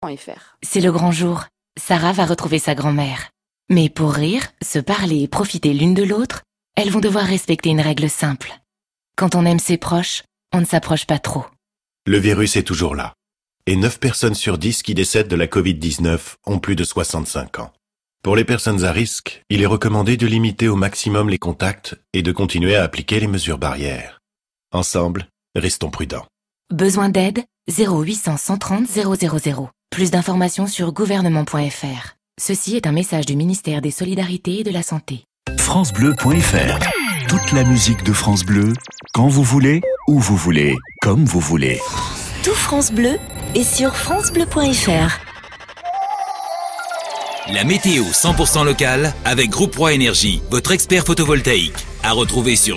.fr. C'est le grand jour. Sarah va retrouver sa grand-mère. Mais pour rire, se parler et profiter l'une de l'autre, elles vont devoir respecter une règle simple. Quand on aime ses proches, on ne s'approche pas trop. Le virus est toujours là. Et 9 personnes sur 10 qui décèdent de la Covid-19 ont plus de 65 ans. Pour les personnes à risque, il est recommandé de limiter au maximum les contacts et de continuer à appliquer les mesures barrières. Ensemble, restons prudents. Besoin d'aide? 0800 130 000. Plus d'informations sur gouvernement.fr. Ceci est un message du ministère des Solidarités et de la Santé. FranceBleu.fr. Toute la musique de France Bleu, quand vous voulez, où vous voulez, comme vous voulez. Tout France Bleu est sur FranceBleu.fr. La météo 100% locale avec Groupe Roi Énergie, votre expert photovoltaïque. À retrouver sur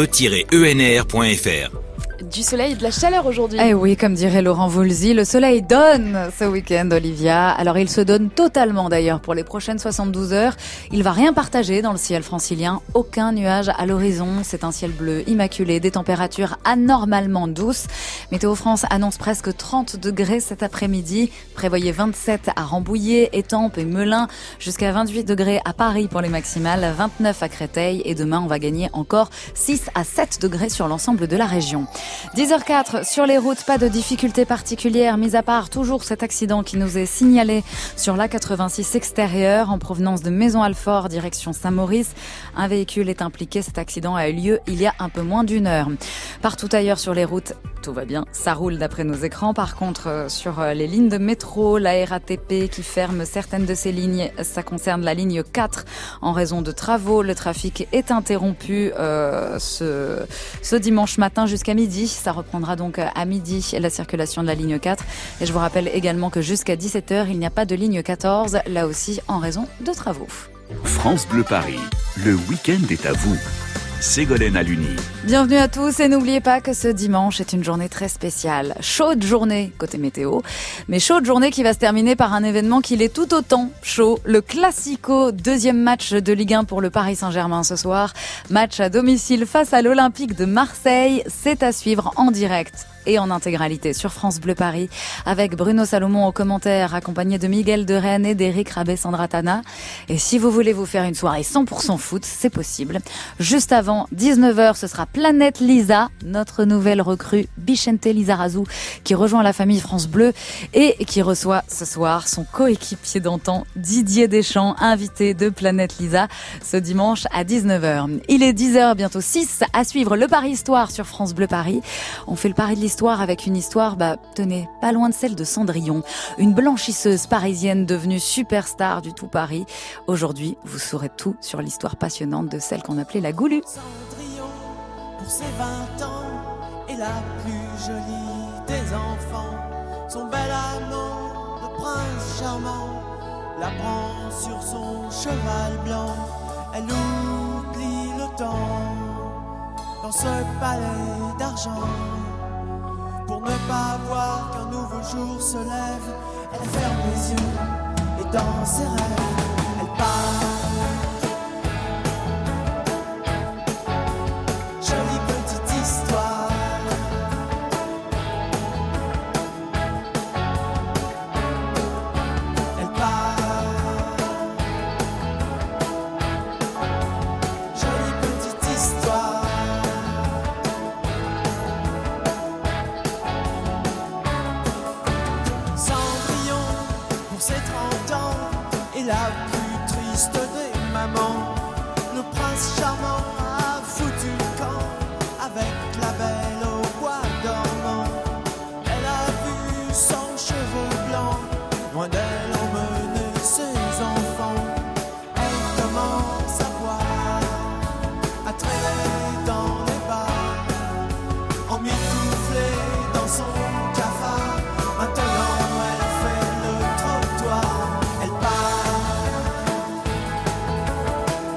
gre-enr.fr. Du soleil et de la chaleur aujourd'hui. Eh oui, comme dirait Laurent Voulzy, le soleil donne ce week-end, Olivia. Alors il se donne totalement d'ailleurs pour les prochaines 72 heures. Il va rien partager dans le ciel francilien. Aucun nuage à l'horizon. C'est un ciel bleu immaculé, des températures anormalement douces. Météo France annonce presque 30 degrés cet après-midi. Prévoyez 27 à Rambouillet, Étampes et Melun. Jusqu'à 28 degrés à Paris pour les maximales, 29 à Créteil. Et demain, on va gagner encore 6 à 7 degrés sur l'ensemble de la région. 10h04 sur les routes, pas de difficultés particulières, mis à part toujours cet accident qui nous est signalé sur l'A86 extérieure en provenance de Maison-Alfort, direction Saint-Maurice. Un véhicule est impliqué, cet accident a eu lieu il y a un peu moins d'une heure. Partout ailleurs sur les routes, tout va bien, ça roule d'après nos écrans. Par contre, sur les lignes de métro, la RATP qui ferme certaines de ces lignes, ça concerne la ligne 4 en raison de travaux. Le trafic est interrompu ce dimanche matin jusqu'à midi. Ça reprendra donc à midi la circulation de la ligne 4. Et je vous rappelle également que jusqu'à 17h, il n'y a pas de ligne 14, là aussi en raison de travaux. France Bleu Paris, le week-end est à vous. Ségolène Aluni. Bienvenue à tous et n'oubliez pas que ce dimanche est une journée très spéciale. Chaude journée côté météo, mais chaude journée qui va se terminer par un événement qui l'est tout autant chaud. Le Classico, deuxième match de Ligue 1 pour le Paris Saint-Germain ce soir. Match à domicile face à l'Olympique de Marseille. C'est à suivre en direct et en intégralité sur France Bleu Paris avec Bruno Salomon aux commentaires accompagné de Miguel de Rennes et d'Éric Rabé-Sandratana. Et si vous voulez vous faire une soirée 100% foot, c'est possible. Juste avant 19h, ce sera Planète Lisa, notre nouvelle recrue Bichente Lizarazu qui rejoint la famille France Bleu et qui reçoit ce soir son coéquipier d'antan Didier Deschamps, invité de Planète Lisa ce dimanche à 19h. Il est 10h, bientôt 6 à suivre le Paris Histoire sur France Bleu Paris. On fait le pari de l'histoire avec une histoire, tenez, pas loin de celle de Cendrillon, une blanchisseuse parisienne devenue superstar du tout Paris. Aujourd'hui, vous saurez tout sur l'histoire passionnante de celle qu'on appelait la Goulue. Cendrillon, pour ses 20 ans, est la plus jolie des enfants. Son bel amant, le prince charmant, la prend sur son cheval blanc. Elle oublie le temps dans ce palais d'argent. Pour ne pas voir qu'un nouveau jour se lève, elle ferme les yeux et dans ses rêves, elle part. Jolie petite histoire. Elle part. Jolie petite histoire. La plus triste des mamans, le prince charmant a foutu le camp avec la belle au bois dormant. Elle a vu son cheveu blanc, loin d'elle emmener ses enfants. Elle commence à boire, à traîner dans les bars, emmitouflée dans son cafard. Maintenant elle fait le trottoir, elle part.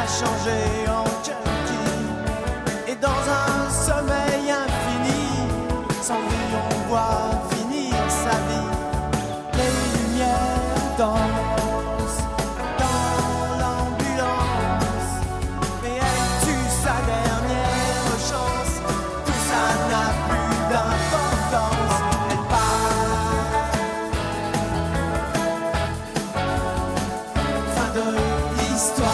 changé en junkie. Et dans un sommeil infini, sans vie on voit finir sa vie. Les lumières dansent dans l'ambulance, mais elle tue sa dernière chance. Tout ça n'a plus d'importance. Elle part. Fin de l'histoire.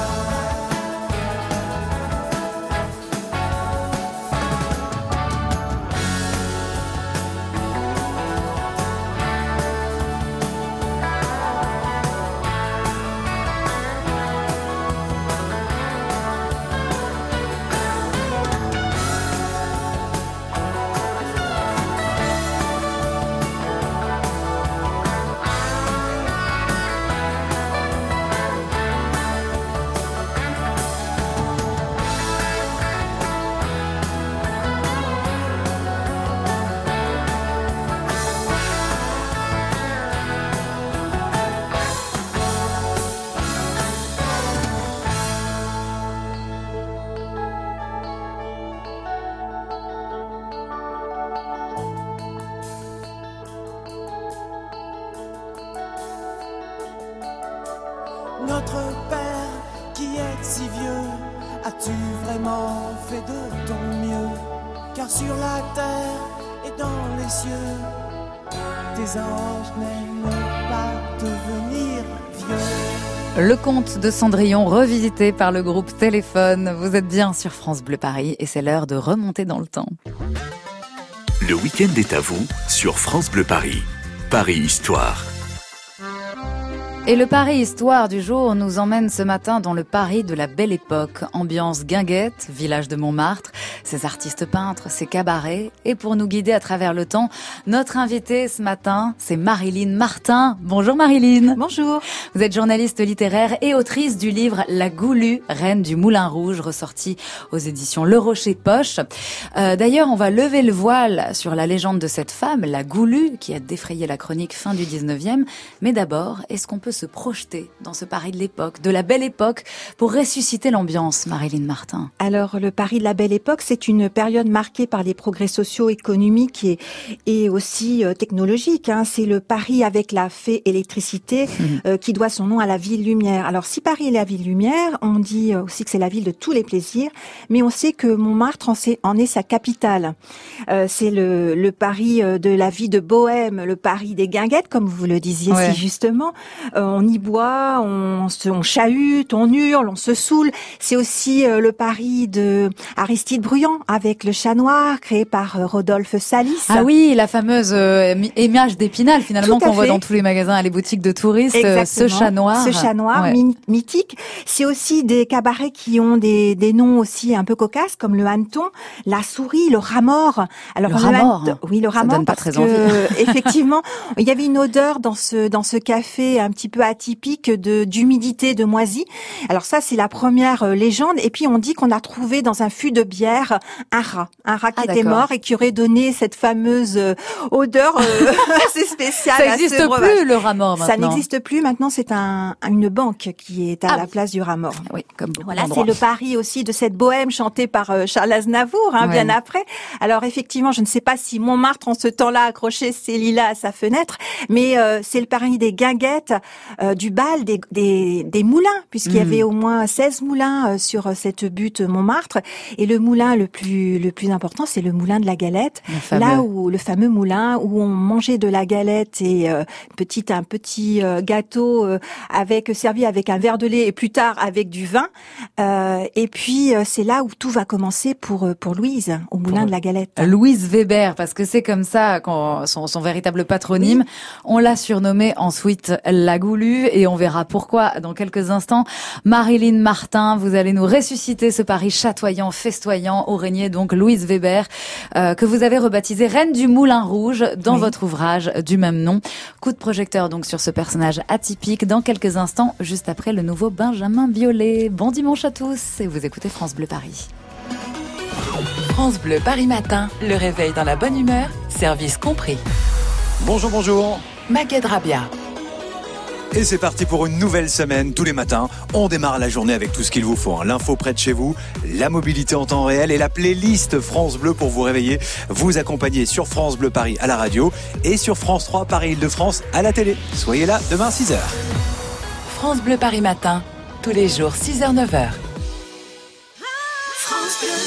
Notre Père qui est si vieux, as-tu vraiment fait de ton mieux? Car sur la terre et dans les cieux, tes anges n'aiment pas devenir vieux. Le conte de Cendrillon revisité par le groupe Téléphone. Vous êtes bien sur France Bleu Paris et c'est l'heure de remonter dans le temps. Le week-end est à vous sur France Bleu Paris. Paris Histoire. Et le Paris Histoire du jour nous emmène ce matin dans le Paris de la Belle Époque. Ambiance guinguette, village de Montmartre, ses artistes peintres, ses cabarets. Et pour nous guider à travers le temps, notre invitée ce matin, c'est Marilyn Martin. Bonjour Marilyn. Bonjour. Vous êtes journaliste littéraire et autrice du livre La Goulue, reine du Moulin Rouge, ressorti aux éditions Le Rocher Poche. D'ailleurs, on va lever le voile sur la légende de cette femme, la Goulue, qui a défrayé la chronique fin du 19e. Mais d'abord, est-ce qu'on peut se projeter dans ce Paris de l'époque, de la Belle Époque, pour ressusciter l'ambiance, Marilyn Martin? Alors, le Paris de la Belle Époque, c'est une période marquée par les progrès sociaux, économiques et aussi technologiques. C'est le Paris avec la fée électricité qui doit son nom à la ville lumière. Alors, si Paris est la ville lumière, on dit aussi que c'est la ville de tous les plaisirs, mais on sait que Montmartre en est sa capitale. C'est le Paris de la vie de bohème, le Paris des guinguettes, comme vous le disiez si justement. On y boit, on chahute, on hurle, on se saoule. C'est aussi le Paris de Aristide Bruand avec le chat noir créé par Rodolphe Salis. Ah oui, la fameuse image d'Épinal finalement qu'on voit dans tous les magasins et les boutiques de touristes. Exactement. Ce chat noir mythique. C'est aussi des cabarets qui ont des noms aussi un peu cocasses comme le Hanneton, la Souris, le Rat-Mort. Alors le Rat-Mort. Oui, le Rat-Mort. Ça donne pas très envie. Effectivement, il y avait une odeur dans ce café un petit peu atypique d'humidité, de moisi. Alors ça, c'est la première légende. Et puis on dit qu'on a trouvé dans un fût de bière un rat qui était mort et qui aurait donné cette fameuse odeur assez spéciale. Ça n'existe plus, le rat mort maintenant. Ça n'existe plus. Maintenant, c'est une banque qui est à la place du rat mort. Oui, comme voilà, c'est le Paris aussi de cette bohème chantée par Charles Aznavour, bien après. Alors effectivement, je ne sais pas si Montmartre en ce temps-là accrochait ses lilas à sa fenêtre, mais c'est le Paris des guinguettes, du bal, des moulins, puisqu'il y avait au moins 16 moulins sur cette butte Montmartre. Et le moulin le plus important, c'est le moulin de la Galette. Le fameux moulin où on mangeait de la galette et un petit gâteau servi avec un verre de lait et plus tard avec du vin. Et puis c'est là où tout va commencer pour Louise, au moulin de la Galette. Louise Weber, parce que c'est comme ça son véritable patronyme. Oui. On l'a surnommée ensuite la Goulue et on verra pourquoi dans quelques instants. Marilyn Martin, vous allez nous ressusciter ce Paris chatoyant, festoyant où régnait donc Louise Weber, que vous avez rebaptisée Reine du Moulin Rouge dans votre ouvrage du même nom. Coup de projecteur donc sur ce personnage atypique dans quelques instants, juste après le nouveau Benjamin Biolay. Bon dimanche à tous et vous écoutez France Bleu Paris. France Bleu Paris Matin, le réveil dans la bonne humeur, service compris. Bonjour. Maguette Rabia. Et c'est parti pour une nouvelle semaine. Tous les matins, on démarre la journée avec tout ce qu'il vous faut. L'info près de chez vous, la mobilité en temps réel et la playlist France Bleu pour vous réveiller, vous accompagner sur France Bleu Paris à la radio et sur France 3 Paris-Île-de-France à la télé. Soyez là demain 6h. France Bleu Paris matin, tous les jours 6h-9h. France Bleu.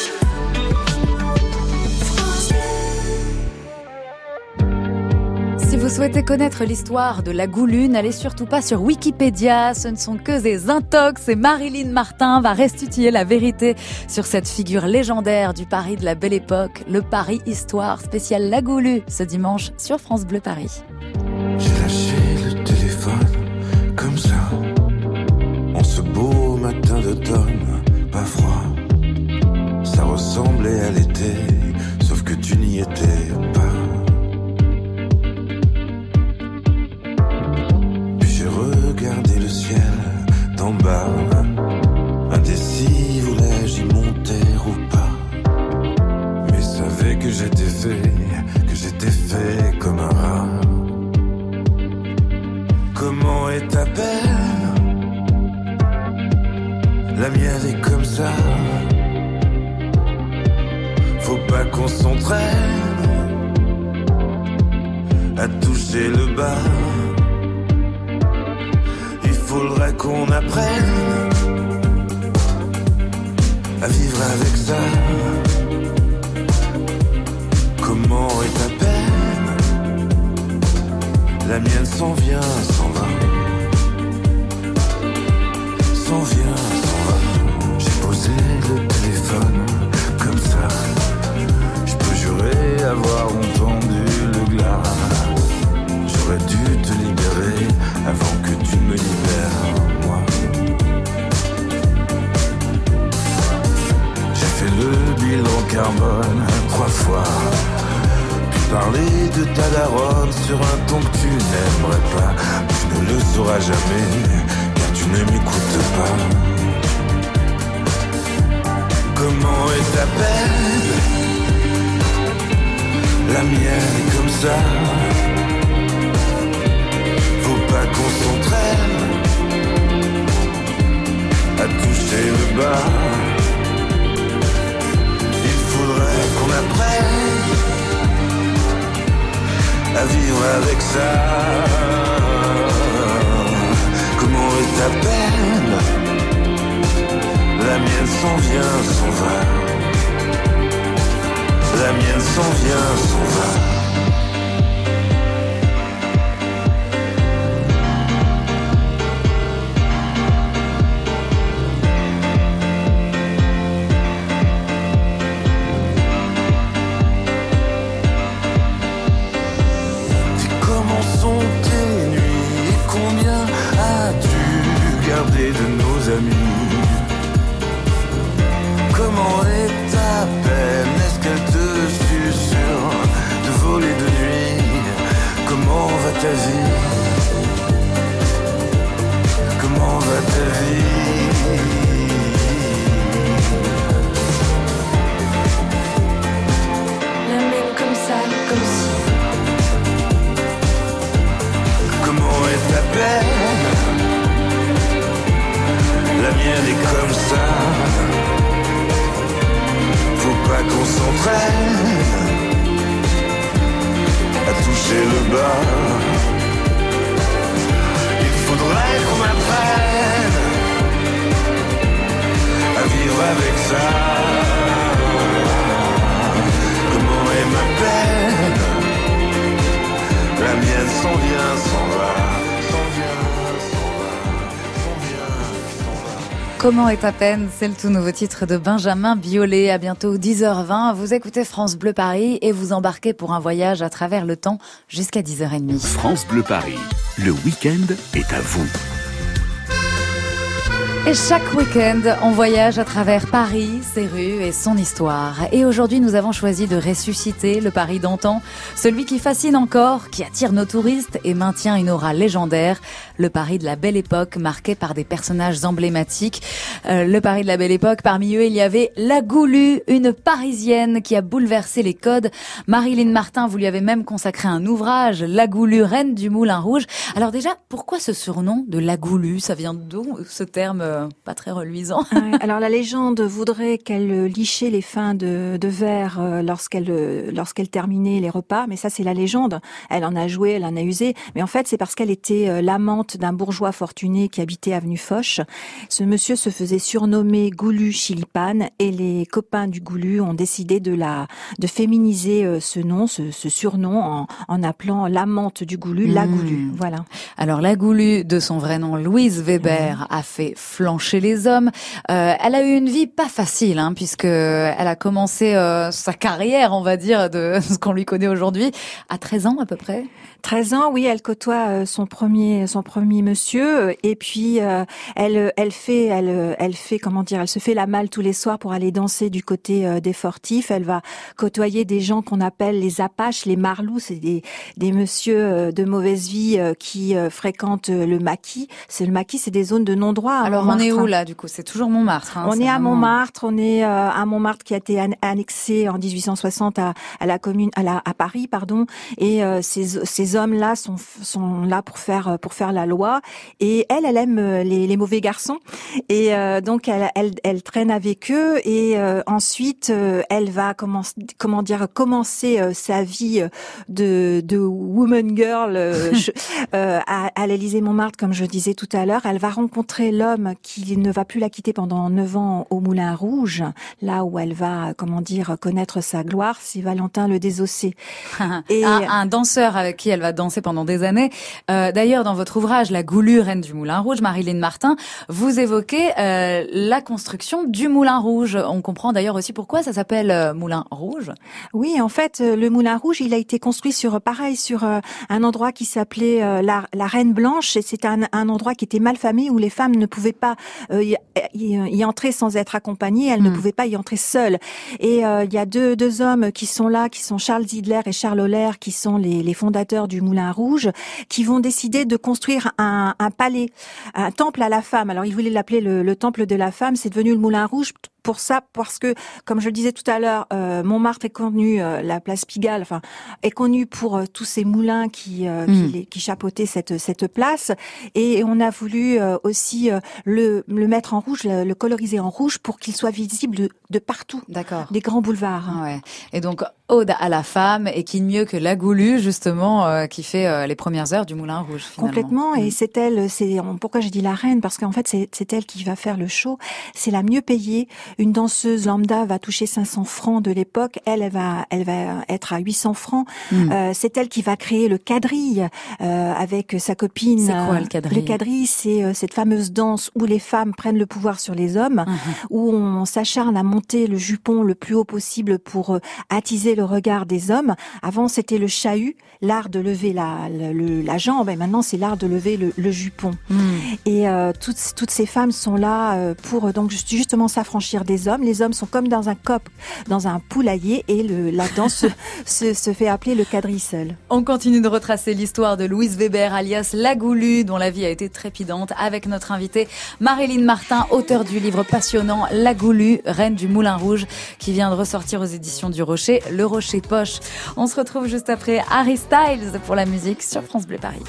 Si vous souhaitez connaître l'histoire de la Goulue, n'allez surtout pas sur Wikipédia, ce ne sont que des intox et Marilyn Martin va restituer la vérité sur cette figure légendaire du Paris de la Belle Époque, le Paris Histoire spécial La Goulue, ce dimanche sur France Bleu Paris. J'ai lâché le téléphone comme ça, en ce beau matin d'automne, pas froid. Ça ressemblait à l'été, sauf que tu n'y étais pas. Regardez le ciel d'en bas, indécis, voulais-je y monter ou pas? Mais savais que j'étais fait comme un rat. Comment est ta peine? La mienne est comme ça. Faut pas qu'on s'entraîne à toucher le bas. Faudrait qu'on apprenne à vivre avec ça. Comment est ta peine? La mienne s'en vient, s'en va. S'en vient, s'en va. J'ai posé le téléphone comme ça. Je peux jurer avoir entendu le glas. J'aurais dû te libérer avant que tu me libères, moi. J'ai fait le bilan carbone 3 fois, puis parler de ta daronne sur un ton que tu n'aimerais pas. Tu ne le sauras jamais, car tu ne m'écoutes pas. Comment est ta peine? La mienne est comme ça. Pas qu'on s'entraîne à toucher le bas. Il faudrait qu'on apprenne à vivre avec ça. Comment est ta peine? La mienne s'en vient, s'en va. La mienne s'en vient, s'en va. De nos amis. Comment est ta peine? Est-ce qu'elle te susurre de voler de nuit? Comment va ta vie? Comment va ta vie? La même comme ça, comme si. Comment est ta peine? La mienne est comme ça. Faut pas qu'on s'entraîne à toucher le bas. Il faudrait qu'on apprenne à vivre avec ça. Comment est ma peine? La mienne s'en vient, s'en va. Comment est ta peine? C'est le tout nouveau titre de Benjamin Biolay. À bientôt 10h20. Vous écoutez France Bleu Paris et vous embarquez pour un voyage à travers le temps jusqu'à 10h30. France Bleu Paris, le week-end est à vous. Et chaque week-end, on voyage à travers Paris, ses rues et son histoire. Et aujourd'hui, nous avons choisi de ressusciter le Paris d'antan, celui qui fascine encore, qui attire nos touristes et maintient une aura légendaire. Le Paris de la Belle Époque, marqué par des personnages emblématiques. Le Paris de la Belle Époque, parmi eux, il y avait la Goulue, une Parisienne qui a bouleversé les codes. Marilyn Martin, vous lui avez même consacré un ouvrage, La Goulue, reine du Moulin Rouge. Alors déjà, pourquoi ce surnom de la Goulue? Ça vient d'où, ce terme pas très reluisant? Alors la légende voudrait qu'elle lichait les fins de verre lorsqu'elle terminait les repas, mais ça c'est la légende. Elle en a joué, elle en a usé, mais en fait c'est parce qu'elle était l'amante d'un bourgeois fortuné qui habitait avenue Foch. Ce monsieur se faisait surnommer Goulue Chilipan et les copains du Goulue ont décidé de féminiser ce nom, ce surnom en appelant l'amante du Goulue la Goulue. Voilà. Alors la Goulue, de son vrai nom Louise Weber, a fait flancher les hommes. Elle a eu une vie pas facile, puisque elle a commencé sa carrière, on va dire, de ce qu'on lui connaît aujourd'hui, à 13 ans à peu près. 13 ans, oui, elle côtoie son premier monsieur, et puis elle se fait la malle tous les soirs pour aller danser du côté des Fortifs. Elle va côtoyer des gens qu'on appelle les Apaches, les Marlous, c'est des messieurs de mauvaise vie qui fréquentent le maquis. C'est des zones de non-droit. Alors on est où là du coup? C'est toujours Montmartre. On est à Montmartre. On est à Montmartre qui a été annexé en 1860 à Paris, pardon. Et ces hommes-là sont là pour faire la loi. Et elle aime les mauvais garçons. Et donc elle traîne avec eux. Et ensuite elle va commencer sa vie de woman girl à l'Élysée Montmartre, comme je disais tout à l'heure. Elle va rencontrer l'homme qui ne va plus la quitter pendant 9 ans au Moulin Rouge, là où elle va, connaître sa gloire, c'est Valentin le Désossé. Et un danseur avec qui elle va danser pendant des années. D'ailleurs, dans votre ouvrage, La Goulue, reine du Moulin Rouge, Marilyn Martin, vous évoquez la construction du Moulin Rouge. On comprend d'ailleurs aussi pourquoi ça s'appelle Moulin Rouge. Oui, en fait, le Moulin Rouge, il a été construit sur un endroit qui s'appelait la Reine Blanche, et c'est un endroit qui était mal famé, où les femmes ne pouvaient pas y entrer sans être accompagnées, elles ne pouvaient pas y entrer seules. Et il y a deux hommes qui sont là, qui sont Charles Zidler et Charles Oller, qui sont les fondateurs du Moulin Rouge, qui vont décider de construire un palais, un temple à la femme. Alors ils voulaient l'appeler le temple de la femme, c'est devenu le Moulin Rouge pour ça, parce que, comme je le disais tout à l'heure, Montmartre est connue, la place Pigalle, est connue pour tous ces moulins qui chapeautaient cette place. Et on a voulu aussi le mettre en rouge, le coloriser en rouge pour qu'il soit visible de partout. D'accord. Des grands boulevards. Ouais. Et donc, ode à la femme, et qui mieux que la Goulue, justement, qui fait les premières heures du Moulin Rouge, finalement. Complètement. Et c'est elle, pourquoi j'ai dit la reine? Parce qu'en fait, c'est elle qui va faire le show. C'est la mieux payée. Une danseuse lambda va toucher 500 francs de l'époque. Elle va être à 800 francs. C'est elle qui va créer le quadrille avec sa copine. C'est quoi le quadrille? Le quadrille, c'est cette fameuse danse où les femmes prennent le pouvoir sur les hommes, où on s'acharne à monter le jupon le plus haut possible pour attiser le regard des hommes. Avant, c'était le chahut, l'art de lever la jambe, et maintenant c'est l'art de lever le jupon. Et toutes ces femmes sont là pour donc justement s'affranchir des hommes. Les hommes sont comme dans un cope, dans un poulailler, et la danse se fait appeler le quadrille seul. On continue de retracer l'histoire de Louise Weber, alias La Goulue, dont la vie a été trépidante, avec notre invitée Marilyn Martin, auteure du livre passionnant La Goulue, reine du Moulin Rouge, qui vient de ressortir aux éditions du Rocher, Le Rocher Poche. On se retrouve juste après Harry Styles pour la musique sur France Bleu Paris.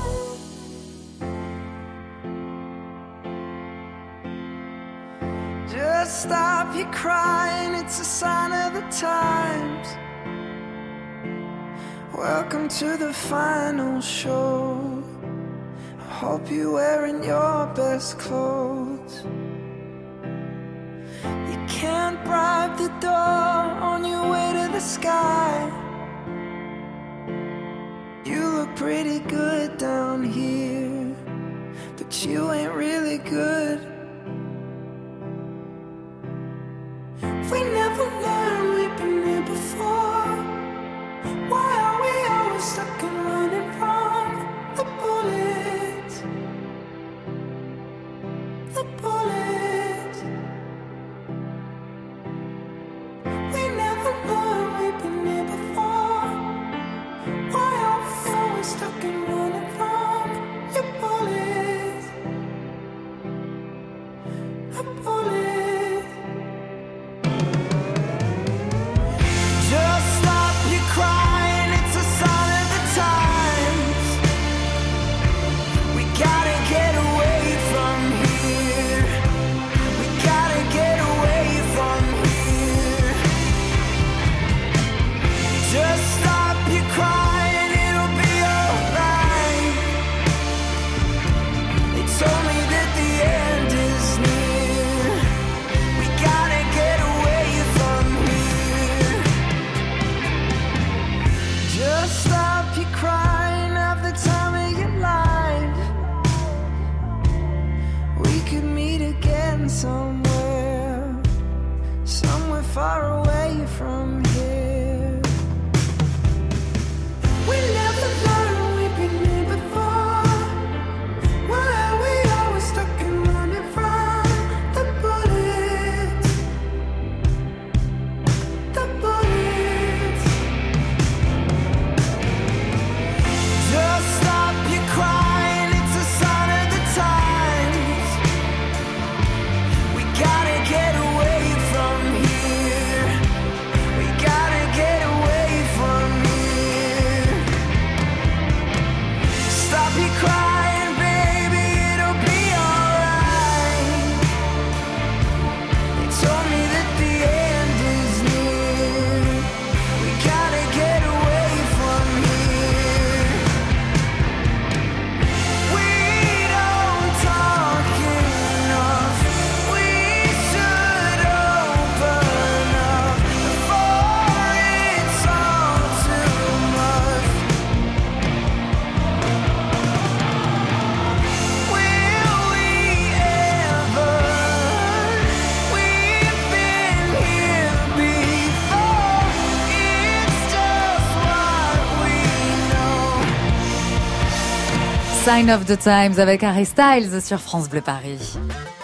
Just stop your crying, it's a sign of the times. Welcome to the final show. I hope you're wearing your best clothes. You can't bribe the door on your way to the sky. You look pretty good down here, but you ain't really good. We never learned, we've been here before. Why are we always stuck and running from the bullets? The bullets. the bullet. Just stop your crying, it's a sign of the times. We gotta get away from here. We gotta get away from here. Just stop your crying, it'll be alright. They told me that the end is near. We gotta get away from here. Just stop your crying, have the time of your life. We could meet again somewhere, somewhere far away from here. We never learned we've been here before. Why are we always stuck and running from the bullets? The bullets. Just stop your crying, it's a sign of the times. We gotta get away from here. We gotta get away from here. Stop your crying, baby, it'll be alright. They told me that the end is near. We gotta get away from here. We don't talk enough. We should open up before it's all too much. Will we ever? We've been here before. It's just what we know. Sign of the Times avec Harry Styles sur France Bleu Paris.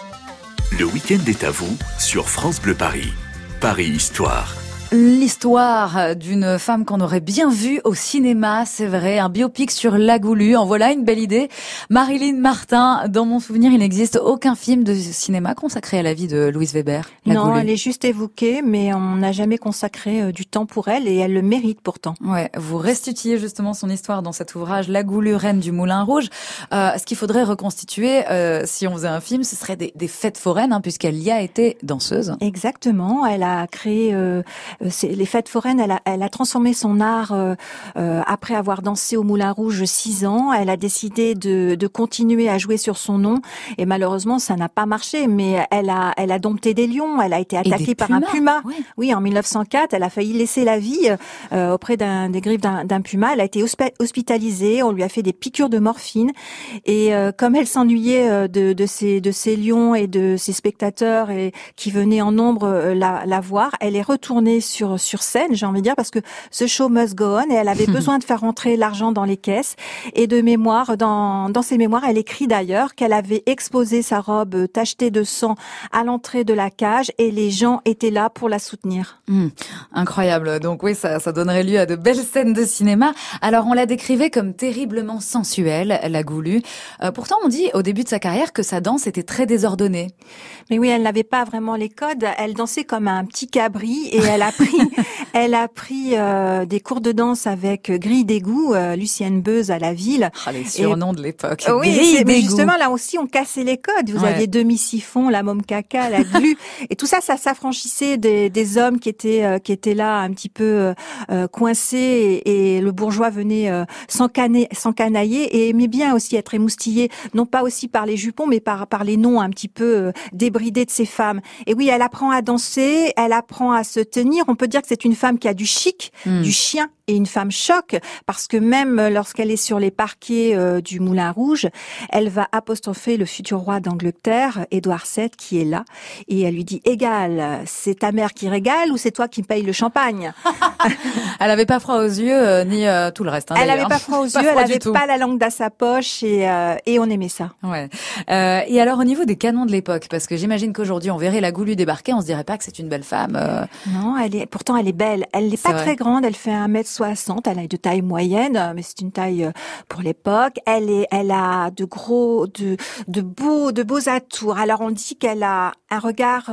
Le week-end est à vous sur France Bleu Paris. Paris Histoire. L'histoire d'une femme qu'on aurait bien vue au cinéma, c'est vrai, un biopic sur la Goulue. En voilà une belle idée. Marilyn Martin, dans mon souvenir, il n'existe aucun film de cinéma consacré à la vie de Louise Weber. La Non, Goulue. elle est juste évoquée, mais on n'a jamais consacré du temps pour elle et elle le mérite pourtant. Ouais, vous restituez justement son histoire dans cet ouvrage La Goulue, reine du Moulin Rouge. Ce qu'il faudrait reconstituer, si on faisait un film, ce serait des fêtes foraines, hein, puisqu'elle y a été danseuse. Exactement, elle a créé les fêtes foraines, elle a transformé son art après avoir dansé au Moulin Rouge 6 ans. Elle a décidé de continuer à jouer sur son nom et malheureusement ça n'a pas marché, mais elle a dompté des lions, elle a été attaquée par un puma. Ouais. Oui, en 1904, elle a failli laisser la vie auprès des griffes d'un puma. Elle a été hospitalisée, on lui a fait des piqûres de morphine et comme elle s'ennuyait de ces lions et de ses spectateurs et qui venaient en nombre la voir, elle est retournée sur scène, j'ai envie de dire, parce que ce show must go on et elle avait besoin de faire rentrer l'argent dans les caisses. Et de mémoire, dans ses mémoires, elle écrit d'ailleurs qu'elle avait exposé sa robe tachetée de sang à l'entrée de la cage et les gens étaient là pour la soutenir. Incroyable. Donc oui, ça donnerait lieu à de belles scènes de cinéma. Alors on la décrivait comme terriblement sensuelle, la Goulue. Pourtant on dit au début de sa carrière que sa danse était très désordonnée. Mais oui, elle n'avait pas vraiment les codes. Elle dansait comme un petit cabri et elle a pris des cours de danse avec Grille d'égout, Lucienne Beuze à la Ville. Les surnoms de l'époque. Oui, Grille mais d'égout. justement là aussi on cassait les codes. Vous aviez demi-siphon, la môme caca, la glu, et tout ça s'affranchissait des hommes qui étaient là un petit peu coincés et le bourgeois venait s'encanailler et aimait bien aussi être émoustillé, non pas aussi par les jupons mais par les noms un petit peu débridés de ces femmes. Et oui, elle apprend à danser, elle apprend à se tenir. On peut dire que c'est une femme qui a du chic, du chien et une femme choc, parce que même lorsqu'elle est sur les parquets du Moulin Rouge, elle va apostropher le futur roi d'Angleterre, Édouard VII, qui est là, et elle lui dit « Égal, c'est ta mère qui régale ou c'est toi qui paye le champagne ?» Elle avait pas froid aux yeux, ni tout le reste. Hein, elle avait pas froid aux yeux, elle avait pas la langue dans sa poche, et on aimait ça. Ouais. Et alors au niveau des canons de l'époque, parce que j'imagine qu'aujourd'hui on verrait la Goulue débarquer, on se dirait pas que c'est une belle femme. Non, elle pourtant elle est belle. Elle n'est pas très grande, elle fait 1m60, elle est de taille moyenne, mais c'est une taille pour l'époque. Elle a de beaux atours. Alors on dit qu'elle a un regard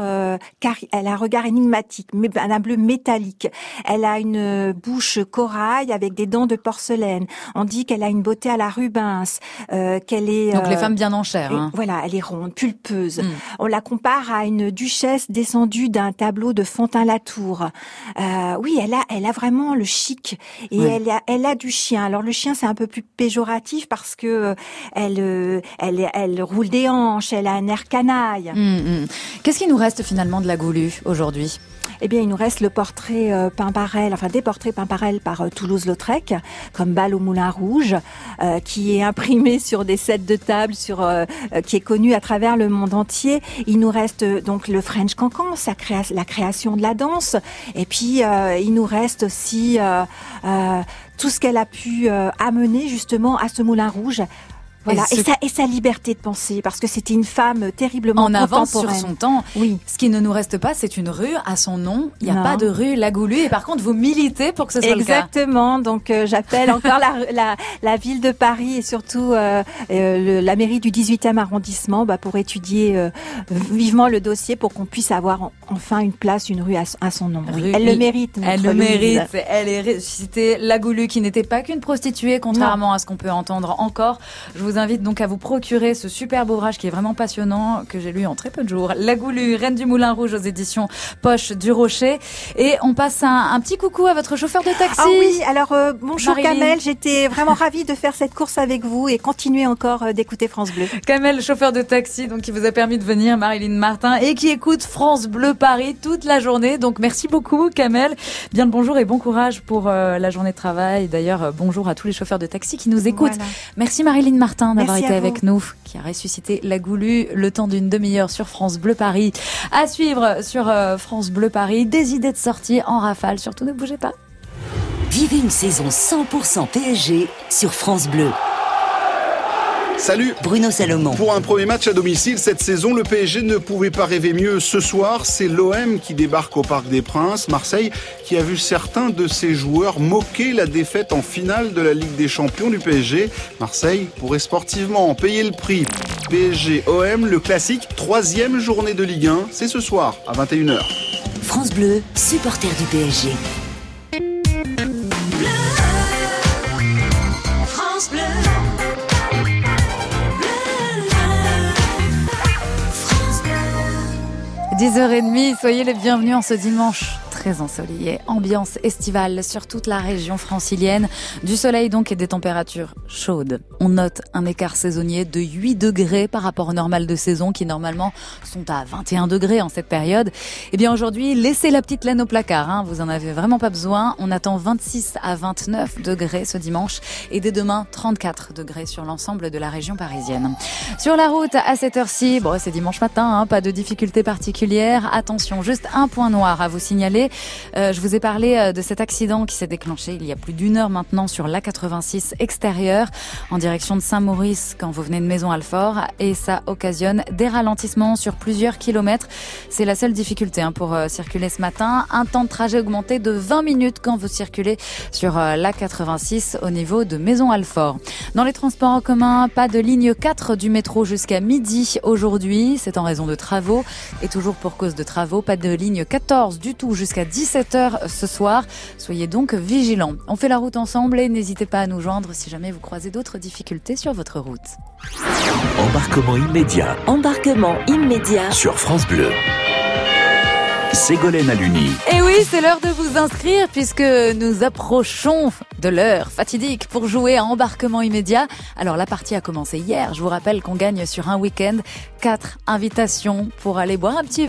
énigmatique, mais un bleu métallique. Elle a une bouche corail avec des dents de porcelaine. On dit qu'elle a une beauté à la Rubens, qu'elle est donc les femmes bien en chair. Hein. Voilà, elle est ronde, pulpeuse. On la compare à une duchesse descendue d'un tableau de Fontaine-Latour. Oui, elle a vraiment le chic et elle a du chien. Alors le chien c'est un peu plus péjoratif parce que elle roule des hanches, elle a un air canaille. Qu'est-ce qui nous reste finalement de la Goulue aujourd'hui ? Eh bien, il nous reste le portrait peint par elle, enfin des portraits peints par elle par Toulouse-Lautrec, comme Bal au Moulin Rouge, qui est imprimé sur des sets de table, qui est connu à travers le monde entier. Il nous reste donc le French Cancan, la création de la danse, et puis il nous reste aussi tout ce qu'elle a pu amener justement à ce Moulin Rouge. Voilà, et sa liberté de penser, parce que c'était une femme terriblement en avance contemporaine. sur son temps. Oui. Ce qui ne nous reste pas, c'est une rue à son nom. Il n'y a pas de rue La Goulue, et par contre, vous militez pour que ce soit le cas. Exactement. Donc, j'appelle encore la ville de Paris et surtout la mairie du 18e arrondissement pour étudier vivement le dossier pour qu'on puisse avoir enfin une place, une rue à son nom. Oui. Elle le mérite. Elle le mérite. Elle est ressuscitée. La Goulue, qui n'était pas qu'une prostituée, contrairement à ce qu'on peut entendre encore. Je vous invite donc à vous procurer ce superbe ouvrage qui est vraiment passionnant, que j'ai lu en très peu de jours. La Goulue, Reine du Moulin Rouge aux éditions Poche du Rocher. Et on passe un petit coucou à votre chauffeur de taxi. Ah oui, alors bonjour Kamel, j'étais vraiment ravie de faire cette course avec vous et continuer encore d'écouter France Bleu. Kamel, chauffeur de taxi, donc qui vous a permis de venir, Marilyn Martin, et qui écoute France Bleu Paris toute la journée. Donc merci beaucoup Kamel. Bien le bonjour et bon courage pour la journée de travail. D'ailleurs, bonjour à tous les chauffeurs de taxi qui nous écoutent. Voilà. Merci Marilyn Martin d'avoir été avec nous, qui a ressuscité La Goulue le temps d'une demi-heure sur France Bleu Paris. À suivre sur France Bleu Paris, des idées de sortie en rafale. Surtout ne bougez pas. Vivez une saison 100% PSG sur France Bleu. Salut Bruno Salomon. Pour un premier match à domicile cette saison, le PSG ne pouvait pas rêver mieux. Ce soir, c'est l'OM qui débarque au Parc des Princes. Marseille qui a vu certains de ses joueurs moquer la défaite en finale de la Ligue des Champions du PSG. Marseille pourrait sportivement en payer le prix. PSG-OM, le classique, 3e journée de Ligue 1. C'est ce soir à 21h. France Bleu, supporter du PSG. France Bleu. 10h30, soyez les bienvenus en ce dimanche très ensoleillé, ambiance estivale sur toute la région francilienne, du soleil donc et des températures chaudes. On note un écart saisonnier de 8 degrés par rapport au normal de saison qui normalement sont à 21 degrés en cette période. Eh bien aujourd'hui, laissez la petite laine au placard, vous en avez vraiment pas besoin. On attend 26 à 29 degrés ce dimanche et dès demain 34 degrés sur l'ensemble de la région parisienne. Sur la route à cette heure-ci, c'est dimanche matin, pas de difficultés particulières. Attention, juste un point noir à vous signaler. Je vous ai parlé de cet accident qui s'est déclenché il y a plus d'une heure maintenant sur l'A86 extérieure en direction de Saint-Maurice quand vous venez de Maison-Alfort et ça occasionne des ralentissements sur plusieurs kilomètres. C'est la seule difficulté pour circuler ce matin. Un temps de trajet augmenté de 20 minutes quand vous circulez sur l'A86 au niveau de Maison-Alfort. Dans les transports en commun, pas de ligne 4 du métro jusqu'à midi aujourd'hui. C'est en raison de travaux et toujours pour cause de travaux, pas de ligne 14 du tout jusqu'à 17h ce soir. Soyez donc vigilants. On fait la route ensemble et n'hésitez pas à nous joindre si jamais vous croisez d'autres difficultés sur votre route. Embarquement immédiat. Embarquement immédiat sur France Bleu. Ségolène Aluni. Et oui, c'est l'heure de vous inscrire puisque nous approchons de l'heure fatidique pour jouer à embarquement immédiat. Alors la partie a commencé hier. Je vous rappelle qu'on gagne sur un week-end 4 invitations pour aller boire un petit